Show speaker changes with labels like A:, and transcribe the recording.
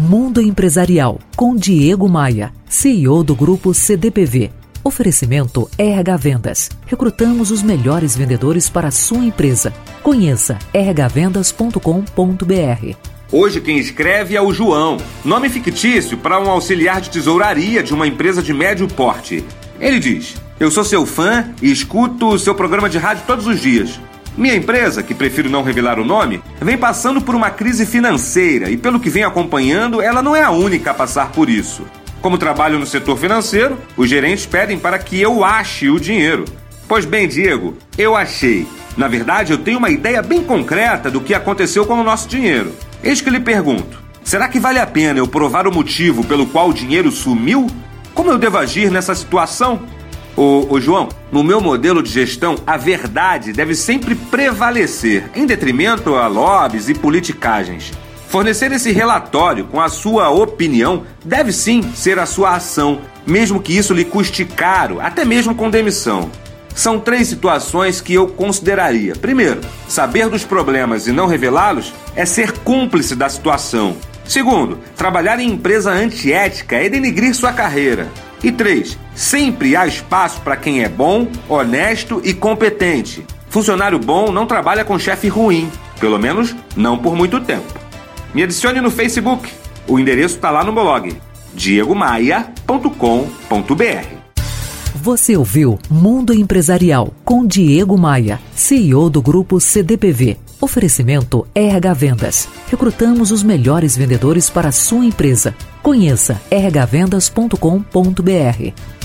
A: Mundo Empresarial, com Diego Maia, CEO do Grupo CDPV. Oferecimento RH Vendas. Recrutamos os melhores vendedores para a sua empresa. Conheça rhvendas.com.br.
B: Hoje quem escreve é o João, nome fictício para um auxiliar de tesouraria de uma empresa de médio porte. Ele diz: eu sou seu fã e escuto o seu programa de rádio todos os dias. Minha empresa, que prefiro não revelar o nome, vem passando por uma crise financeira e, pelo que vem acompanhando, ela não é a única a passar por isso. Como trabalho no setor financeiro, os gerentes pedem para que eu ache o dinheiro. Pois bem, Diego, eu achei. Na verdade, eu tenho uma ideia bem concreta do que aconteceu com o nosso dinheiro. Eis que lhe pergunto: será que vale a pena eu provar o motivo pelo qual o dinheiro sumiu? Como eu devo agir nessa situação? Ô João, no meu modelo de gestão, a verdade deve sempre prevalecer, em detrimento a lobbies e politicagens. Fornecer esse relatório com a sua opinião deve sim ser a sua ação, mesmo que isso lhe custe caro, até mesmo com demissão. São 3 situações que eu consideraria. Primeiro, saber dos problemas e não revelá-los é ser cúmplice da situação. Segundo, trabalhar em empresa antiética é denigrir sua carreira. E 3, sempre há espaço para quem é bom, honesto e competente. Funcionário bom não trabalha com chefe ruim, pelo menos não por muito tempo. Me adicione no Facebook. O endereço está lá no blog, diegomaia.com.br.
A: Você ouviu Mundo Empresarial, com Diego Maia, CEO do Grupo CDPV. Oferecimento RH Vendas. Recrutamos os melhores vendedores para a sua empresa. Conheça rhvendas.com.br.